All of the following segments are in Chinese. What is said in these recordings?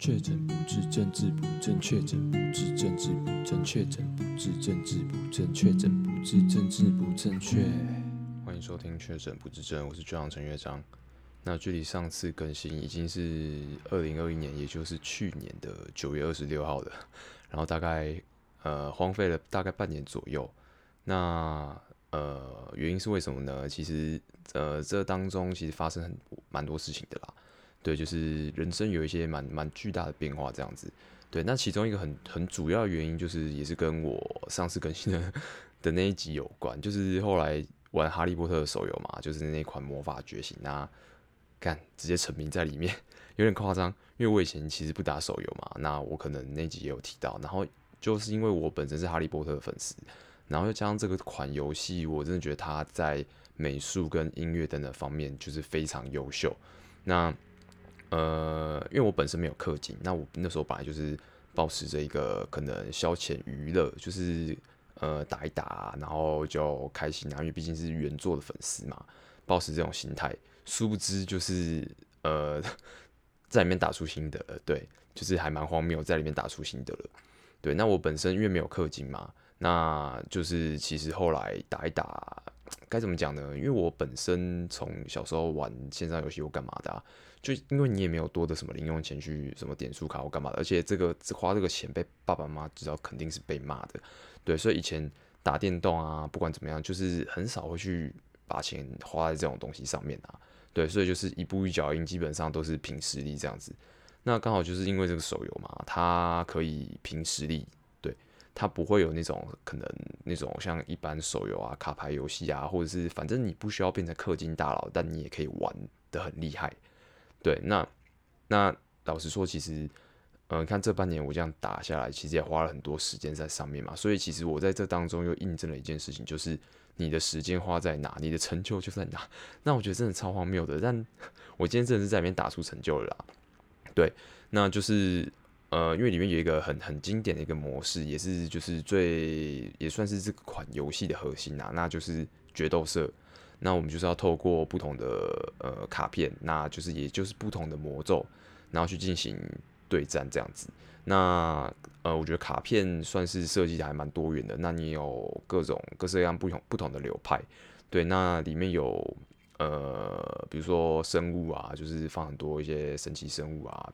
确诊不治，政治不正确；诊不治，政治不正确；诊不治，政治不正确；诊不治，政治不正确。欢迎收听《确诊不治症》，我是队陈乐章。那距离上次更新已经是2021年，也就是去年的9月26号了。然后大概荒废了大概半年左右。那原因是为什么呢？其实这当中其实发生蛮多事情的啦。对，就是人生有一些蛮巨大的变化这样子。对，那其中一个很主要的原因就是也是跟我上次更新的那一集有关，就是后来玩哈利波特的手游嘛，就是那款魔法觉醒啊，直接成名在里面，有点夸张。因为我以前其实不打手游嘛，那我可能那集也有提到，然后就是因为我本身是哈利波特的粉丝，然后又加上这个款游戏，我真的觉得它在美术跟音乐等等方面就是非常优秀。那因为我本身没有氪金，那我那时候本来就是抱持着一个可能消遣娱乐，就是打一打，然后就开心啊，因为毕竟是原作的粉丝嘛，抱持这种心态，殊不知就是在里面打出心得了，对，就是还蛮荒谬，在里面打出心得了，对，那我本身因为没有氪金嘛，那就是其实后来打一打，该怎么讲呢？因为我本身从小时候玩线上游戏或干嘛的就因为你也没有多的什么零用钱去什么点数卡或干嘛的，而且花这个钱被爸爸妈妈知道肯定是被骂的，对，所以以前打电动啊，不管怎么样，就是很少会去把钱花在这种东西上面对，所以就是一步一脚印，基本上都是凭实力这样子。那刚好就是因为这个手游嘛，它可以凭实力，对，它不会有那种可能那种像一般手游啊、卡牌游戏啊，或者是反正你不需要变成氪金大佬，但你也可以玩得很厉害。对，那老实说，其实，看这半年我这样打下来，其实也花了很多时间在上面嘛，所以其实我在这当中又印证了一件事情，就是你的时间花在哪，你的成就就在哪。那我觉得真的超荒谬的，但我今天真的是在里面打出成就了啦。对，那就是因为里面有一个很经典的一个模式，也是就是也算是这款游戏的核心那就是决斗社。那我们就是要透过不同的卡片，那就是也就是不同的魔咒，然后去进行对战这样子。那我觉得卡片算是设计的还蛮多元的。那你有各种各式各样不同的流派，对，那里面有比如说生物啊，就是放很多一些神奇生物啊，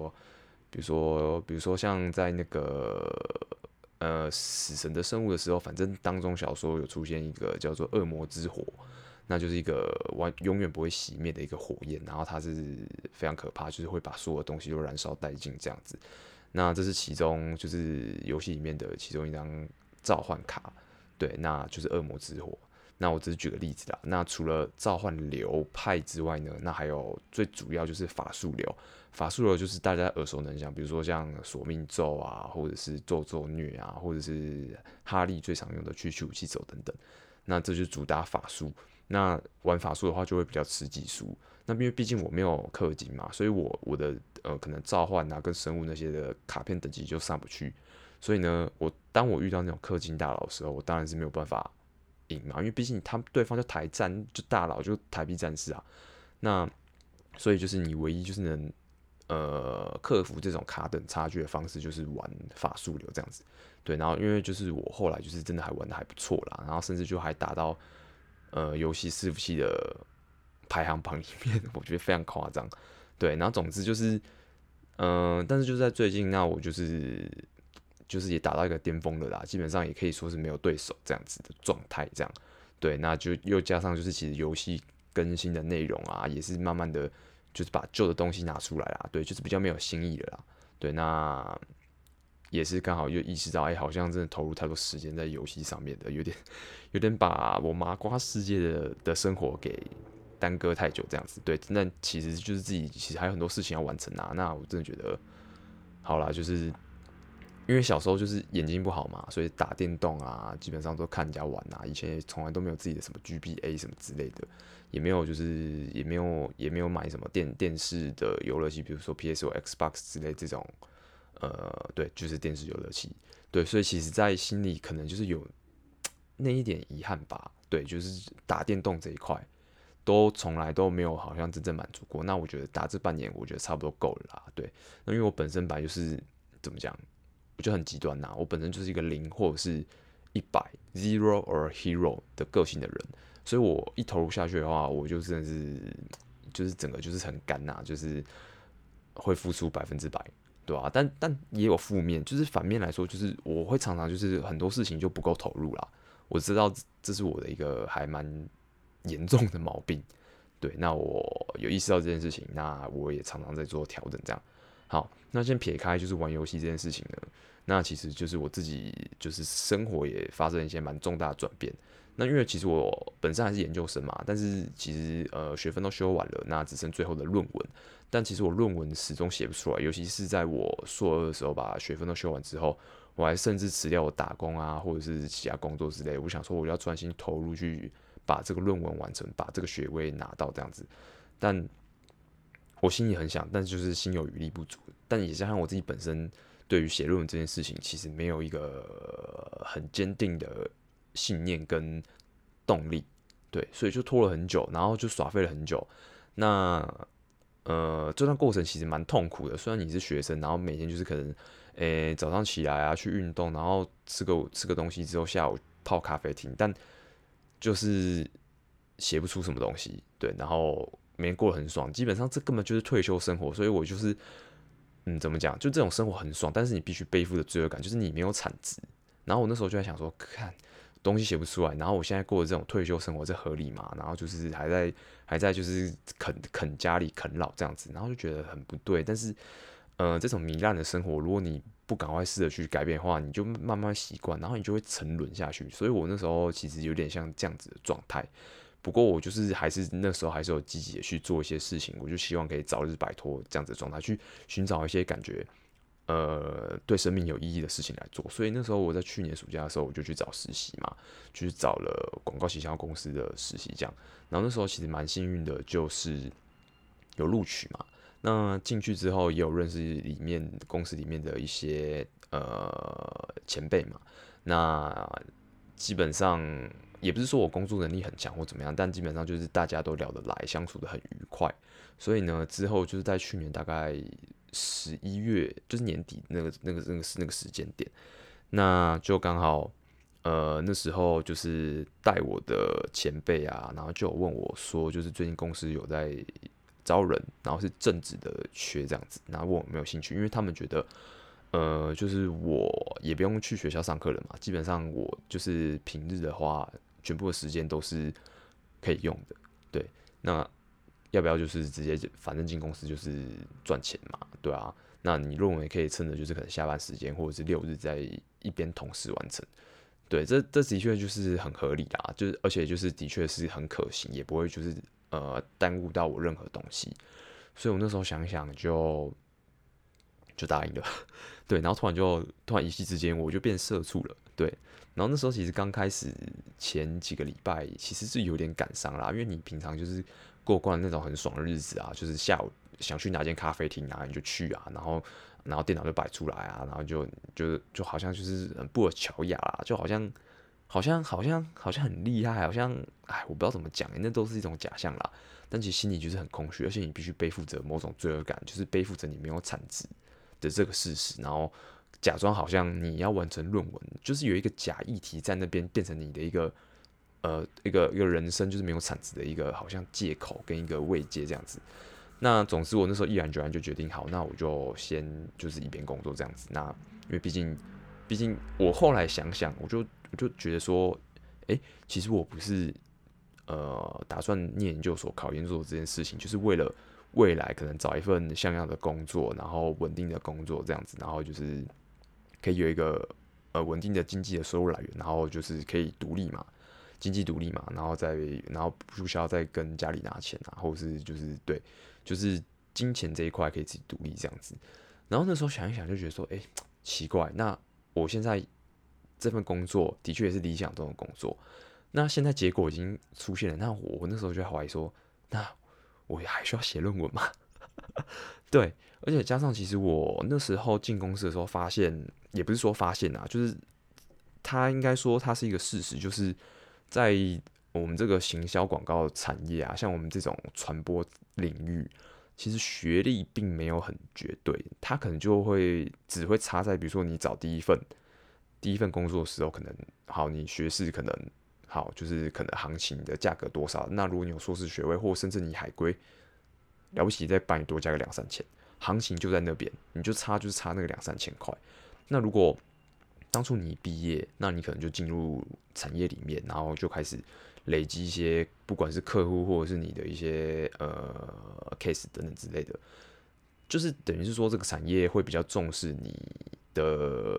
比如说像在那个死神的生物的时候，反正当中小说有出现一个叫做恶魔之火，那就是一个永远不会熄灭的一个火焰，然后它是非常可怕，就是会把所有的东西都燃烧殆尽这样子。那这是其中就是游戏里面的其中一张召唤卡，对，那就是恶魔之火。那我只是举个例子啦。那除了召唤流派之外呢，那还有最主要就是法术流。法术流就是大家耳熟能详，比如说像索命咒啊，或者是咒虐啊，或者是哈利最常用的驱武器走等等。那这就是主打法术。那玩法术的话就会比较吃技术。那因为毕竟我没有氪金嘛，所以我的可能召唤跟生物那些的卡片等级就上不去。所以呢，当我遇到那种氪金大佬的时候，我当然是没有办法赢嘛，因为毕竟对方就台战就大佬就台币战士那所以就是你唯一就是能克服这种卡等差距的方式就是玩法术流这样子，对，然后因为就是我后来就是真的还玩的还不错啦，然后甚至就还打到游戏伺服器的排行榜里面，我觉得非常夸张，对，然后总之就是但是就是在最近，那我就是也达到一个巅峰了啦，基本上也可以说是没有对手这样子的状态，这样，对，那就又加上就是其实游戏更新的内容也是慢慢的就是把旧的东西拿出来啦，对，就是比较没有新意了啦，对，那也是刚好又意识到，好像真的投入太多时间在游戏上面的，有点把我麻瓜世界的生活给耽搁太久这样子，对，那其实就是自己其实还有很多事情要完成那我真的觉得，好啦，就是因为小时候就是眼睛不好嘛，所以打电动基本上都看人家玩以前也从来都没有自己的什么 GBA 什么之类的，也没有就是也没有买什么电视的游乐器，比如说 PS 或 Xbox 之类这种，对，就是电视游乐器，对，所以其实在心里可能就是有那一点遗憾吧，对，就是打电动这一块， 都从来都没有好像真正满足过。那我觉得打这半年，我觉得差不多够了啦。对，那因为我本身本来就是怎么讲，我就很极端呐。我本身就是一个0或者是100 （zero or hero） 的个性的人，所以我一投入下去的话，我就真的是就是整个就是很干呐，就是会付出100%，对吧？但也有负面，就是反面来说，就是我会常常就是很多事情就不够投入啦。我知道这是我的一个还蛮严重的毛病，对，那我有意识到这件事情，那我也常常在做调整，这样。好，那先撇开就是玩游戏这件事情呢，那其实就是我自己就是生活也发生一些蛮重大的转变。那因为其实我本身还是研究生嘛，但是其实学分都修完了，那只剩最后的论文。但其实我论文始终写不出来，尤其是在我硕二的时候把学分都修完之后，我还甚至辞掉我打工啊，或者是其他工作之类。我想说我要专心投入去把这个论文完成，把这个学位拿到这样子。但我心里很想，但是就是心有余力不足。但也加上我自己本身对于写论文这件事情，其实没有一个很坚定的信念跟动力，对，所以就拖了很久，然后就耍废了很久。那这段过程其实蛮痛苦的。虽然你是学生，然后每天就是可能，早上起来啊去运动，然后吃个东西之后，下午泡咖啡厅，但就是写不出什么东西，对，然后每天过得很爽，基本上这根本就是退休生活。所以我就是，怎么讲，就这种生活很爽，但是你必须背负的罪恶感，就是你没有产值。然后我那时候就在想说，看东西写不出来，然后我现在过的这种退休生活，这合理吗？然后就是还在就是啃家里啃老这样子，然后就觉得很不对。但是，这种糜烂的生活，如果你不赶快试着去改变的话，你就慢慢习惯，然后你就会沉沦下去。所以我那时候其实有点像这样子的状态。不过我就是还是那时候还是有积极的去做一些事情，我就希望可以早日摆脱这样子的状态，去寻找一些感觉对生命有意义的事情来做。所以那时候我在去年暑假的时候，我就去找实习嘛，去找了广告行销公司的实习这样。然后那时候其实蛮幸运的，就是有录取嘛。那进去之后也有认识公司里面的一些前辈嘛。那基本上也不是说我工作能力很强或怎么样，但基本上就是大家都聊得来，相处得很愉快。所以呢，之后就是在去年大概11月，就是年底那个时间点，那就刚好那时候就是带我的前辈啊，然后就有问我说，就是最近公司有在招人，然后是正职的缺这样子，然后问我有没有兴趣，因为他们觉得就是我也不用去学校上课了嘛，基本上我就是平日的话，全部的时间都是可以用的。对，那要不要就是直接反正进公司就是赚钱嘛，对啊。那你论文也可以趁着就是可能下班时间或者是6日在一边同时完成。对，这的确就是很合理啦，就是而且就是的确是很可行，也不会就是耽误到我任何东西。所以我那时候想想就答应了。对，然后突然一夕之间我就变社畜了。对，然后那时候其实刚开始前几个礼拜其实是有点感伤啦，因为你平常就是过惯那种很爽的日子啊，就是下午想去哪间咖啡厅啊你就去啊，然后电脑就摆出来啊，然后就好像就是很布尔乔亚啦，就好像很厉害，好像我不知道怎么讲，那都是一种假象啦。但其实心里就是很空虚，而且你必须背负着某种罪恶感，就是背负着你没有产值的这个事实，然后假装好像你要完成论文，就是有一个假议题在那边变成你的一个人生就是没有产值的一个好像借口跟一个慰藉这样子。那总之我那时候毅然决然就决定好，那我就先就是一边工作这样子。那因为毕竟我后来想想，我就觉得说，其实我不是打算念研究所考研究所这件事情，就是为了未来可能找一份像样的工作，然后稳定的工作这样子，然后就是可以有一个稳定的经济的收入来源，然后就是可以独立嘛，经济独立嘛，然后不需要再跟家里拿钱啊，或者是就是对，就是金钱这一块可以自己独立这样子。然后那时候想一想就觉得说，奇怪，那我现在这份工作的确也是理想中的工作，那现在结果已经出现了，那我那时候就怀疑说，那我还需要写论文吗？对，而且加上其实我那时候进公司的时候发现，也不是说发现啊，就是他应该说它是一个事实，就是在我们这个行销广告产业啊，像我们这种传播领域，其实学历并没有很绝对，它可能只会差在，比如说你找第一份工作的时候，可能好，你学士可能好，就是可能行情的价格多少。那如果你有硕士学位，或甚至你海归，了不起再帮你多加个2、3千，行情就在那边，你就是差那个2、3千块。那如果当初你毕业，那你可能就进入产业里面，然后就开始累积一些，不管是客户或者是你的一些case 等等之类的，就是等于是说这个产业会比较重视的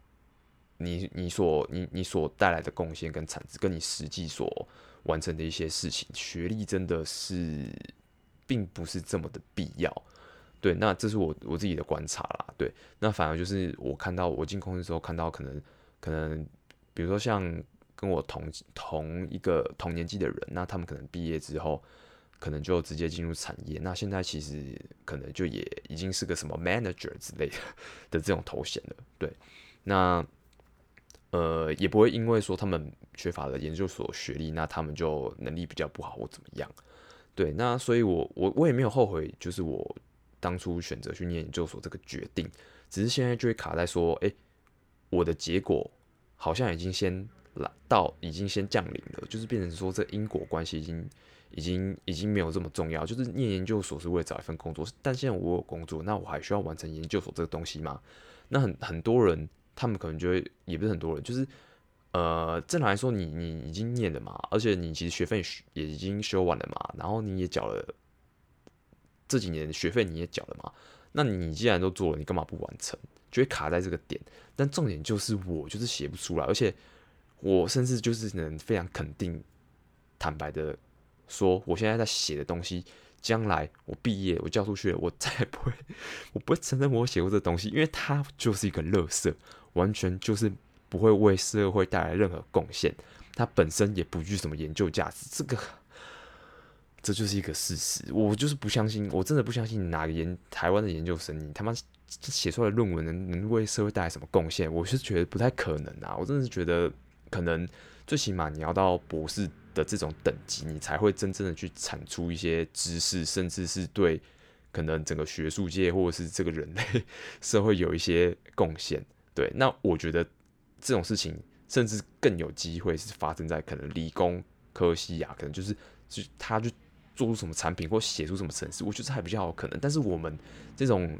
你所带来的贡献跟产值，跟你实际所完成的一些事情，学历真的是并不是这么的必要。对，那这是我自己的观察啦。对，那反而就是我进公司之后看到可能，比如说像跟我同年纪的人，那他们可能毕业之后，可能就直接进入产业。那现在其实可能就也已经是个什么 manager 之类的这种头衔了。对，那也不会因为说他们缺乏了研究所学历，那他们就能力比较不好或怎么样。对，那所以我也没有后悔，就是我当初选择去念研究所这个决定，只是现在就会卡在说，我的结果好像已经先降临了，就是变成说这因果关系已经没有这么重要，就是念研究所是为了找一份工作，但现在我有工作，那我还需要完成研究所这个东西吗？那很多人他们可能就会，也不是很多人，就是正常来说你已经念了嘛，而且你其实学费也已经修完了嘛，然后你也缴了这几年的学费你也缴了嘛，那你既然都做了，你干嘛不完成？就会卡在这个点。但重点就是我就是写不出来，而且我甚至就是能非常肯定、坦白的说，我现在在写的东西，将来我毕业我交出去了，我不会承认我写过这东西，因为它就是一个垃圾，完全就是不会为社会带来任何贡献，它本身也不具什么研究价值，这就是一个事实。我就是不相信，我真的不相信哪个台湾的研究生，你他妈写出来的论文能为社会带来什么贡献？我是觉得不太可能啊！我真的是觉得，可能最起码你要到博士的这种等级，你才会真正的去产出一些知识，甚至是对可能整个学术界或者是这个人类社会有一些贡献。对，那我觉得这种事情甚至更有机会是发生在可能理工科系啊，可能他就做出什么产品或写出什么程式，我觉得还比较有可能。但是我们这种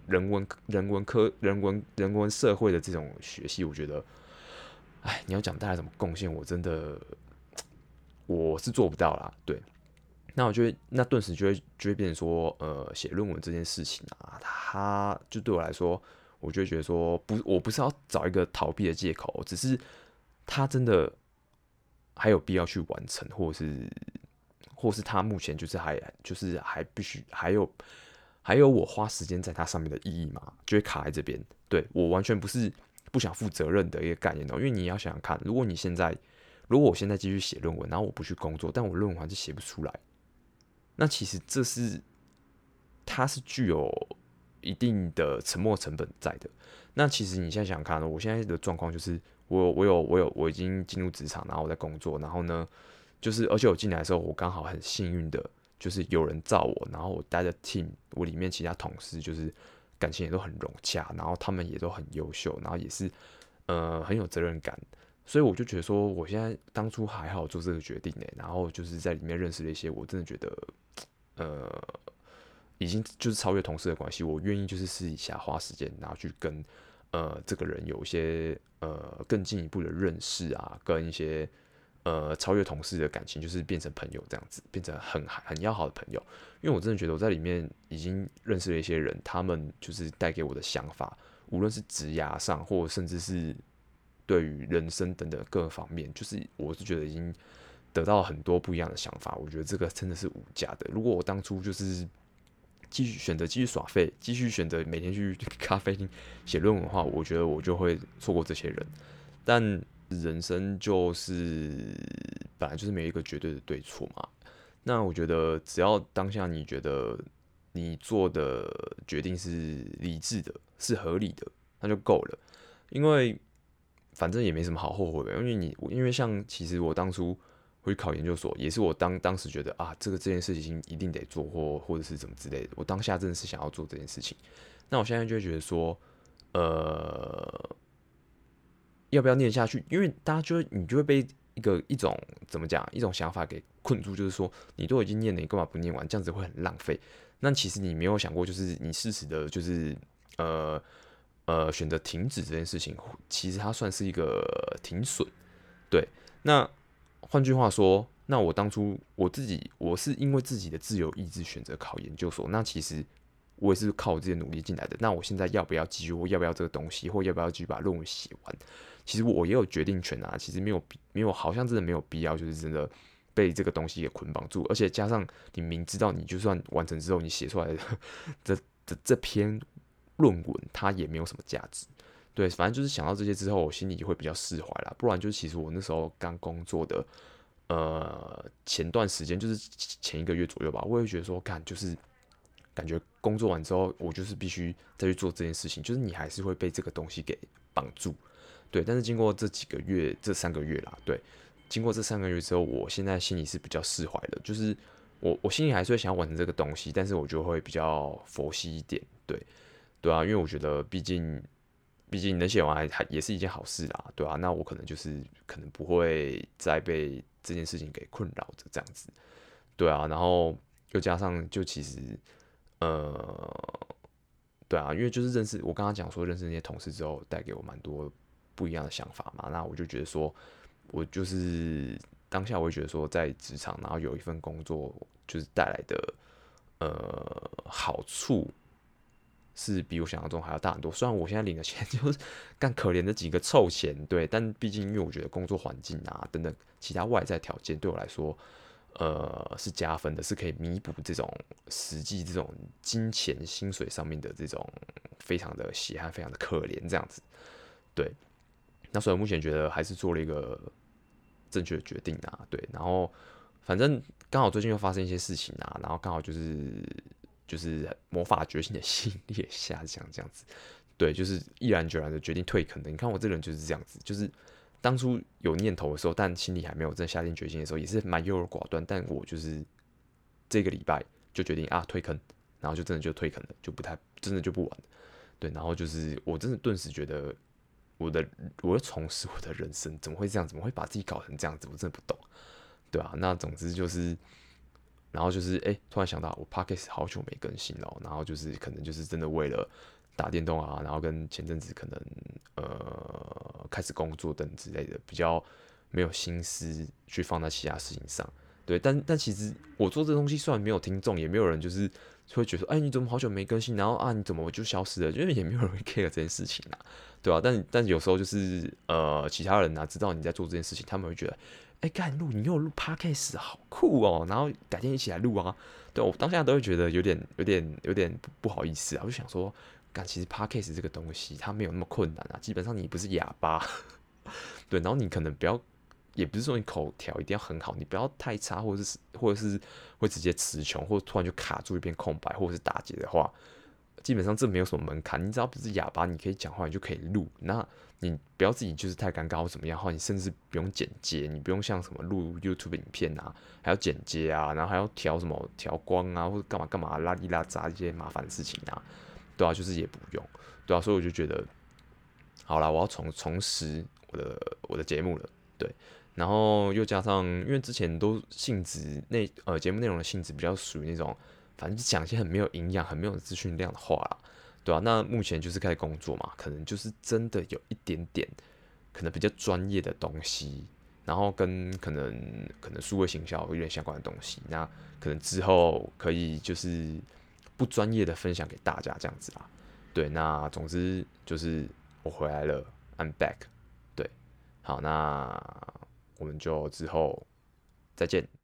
人文社会的这种学系，我觉得，你要讲带来什么贡献，我是做不到啦。对，那我觉得那顿时就会变成说，写论文这件事情啊，它就对我来说，我就会觉得说，我不是要找一个逃避的借口，只是它真的还有必要去完成，或是他目前还必须还有我花时间在它上面的意义嘛，就会卡在这边。对，我完全不是不想负责任的一个概念哦，因为你要想想看，如果我现在继续写论文，然后我不去工作，但我论文还是写不出来，那其实它是具有一定的沉没成本在的。那其实你现在想想看，我现在的状况就是我已经进入职场，然后我在工作，然后呢，就是而且我进来的时候，我刚好很幸运的，就是有人罩我，然后我带的 team，我里面其他同事就是感情也都很融洽，然后他们也都很优秀，然后也是很有责任感，所以我就觉得说，我现在当初还好做这个决定呢，然后就是在里面认识了一些我真的觉得已经就是超越同事的关系，我愿意就是私底下花时间，然后去跟这个人有一些更进一步的认识啊，跟一些超越同事的感情，就是变成朋友这样子，变成很要好的朋友。因为我真的觉得我在里面已经认识了一些人，他们就是带给我的想法，无论是职涯上，或甚至是对于人生等等各个方面，就是我是觉得已经得到很多不一样的想法。我觉得这个真的是无价的。如果我当初就是选择继续耍废，继续选择每天去咖啡厅写论文的话，我觉得我就会错过这些人。但人生就是本来就是没有一个绝对的对错嘛。那我觉得只要当下你觉得你做的决定是理智的，是合理的，那就够了。因为反正也没什么好后悔的，因为像其实我当初会去考研究所，也是我当时觉得啊，这件事情一定得做，或者是怎么之类的。我当下真的是想要做这件事情。那我现在就会觉得说，要不要念下去？因为大家你就会被一种怎么讲，一种想法给困住，就是说你都已经念了，你干嘛不念完？这样子会很浪费。那其实你没有想过，就是你适时的，就是选择停止这件事情，其实它算是一个停损。对，那换句话说，那我当初我是因为自己的自由意志选择考研究所，那其实我也是靠我自己的努力进来的。那我现在要不要继续，或要不要这个东西，或要不要继续把论文写完？其实我也有决定权啊。其实没有，好像真的没有必要，就是真的被这个东西给捆绑住。而且加上你明知道，你就算完成之后，你写出来的这篇论文，它也没有什么价值。对，反正就是想到这些之后，我心里会比较释怀啦。不然就是其实我那时候刚工作的，前段时间就是前1个月左右吧，我也会觉得说，就是感觉工作完之后，我就是必须再去做这件事情，就是你还是会被这个东西给绑住。对，但是经过这几个月，这3个月啦，对，经过这3个月之后，我现在心里是比较释怀的，就是我心里还是会想要完成这个东西，但是我就会比较佛系一点。对啊，因为我觉得毕竟能写完还也是一件好事啦，对啊，那我可能不会再被这件事情给困扰着这样子。对啊，然后又加上就其实对啊，因为就是我刚刚讲说认识那些同事之后，带给我蛮多不一样的想法嘛。那我就觉得说，我就是当下我会觉得说，在职场然后有一份工作，就是带来的好处是比我想象中还要大很多。虽然我现在领的钱就是干可怜的几个臭钱，对，但毕竟因为我觉得工作环境啊等等其他外在条件对我来说，是加分的，是可以弥补这种实际这种金钱薪水上面的这种非常的血汗，非常的可怜这样子。对，那所以我目前觉得还是做了一个正确的决定啊。对，然后反正刚好最近又发生一些事情啊，然后刚好就是魔法觉醒的系列下降这样子。对，就是毅然决然的决定退坑的。你看我这个人就是这样子，就是当初有念头的时候，但心里还没有真的下定决心的时候，也是蛮优柔寡断。但我就是这个礼拜就决定啊退坑，然后就真的就退坑了，就真的就不玩了。对，然后就是我真的顿时觉得我的重拾我的人生，怎么会这样？怎么会把自己搞成这样子？我真的不懂。对啊，那总之就是，然后就是突然想到我 Podcast 好久没更新了，然后就是可能就是真的为了打电动啊，然后跟前阵子可能开始工作等之类的，比较没有心思去放在其他事情上。对，但其实我做这东西虽然没有听众，也没有人就是会觉得说，你怎么好久没更新，然后啊你怎么就消失了？因为也没有人会 care 这件事情啊，对吧？但有时候就是其他人啊知道你在做这件事情，他们会觉得，干你又录 podcast 好酷哦，然后改天一起来录啊。对，我当下都会觉得有点不好意思啊，我就想说，其实 podcast 这个东西它没有那么困难啊，基本上你不是哑巴，对，然后你可能不要。也不是说你口条一定要很好，你不要太差，或者是会直接词穷，或者突然就卡住一片空白，或者是打结的话，基本上这没有什么门槛。你只要不是哑巴，你可以讲话，你就可以录。那你不要自己就是太尴尬或怎么样的话，你甚至不用剪接，你不用像什么录 YouTube 影片啊，还要剪接啊，然后还要调什么调光啊，或者干嘛拉里拉杂一些麻烦的事情啊，对啊，就是也不用，对啊，所以我就觉得，好啦，我要重拾我的节目了，对。然后又加上，因为之前都性质节目内容的性质比较属于那种，反正就讲一些很没有营养、很没有资讯量的话啦，对啊，那目前就是开始工作嘛，可能就是真的有一点点，可能比较专业的东西，然后跟可能数位行销有点相关的东西，那可能之后可以就是不专业的分享给大家这样子啦。对，那总之就是我回来了，I'm back。对，好，那我们就之后再见。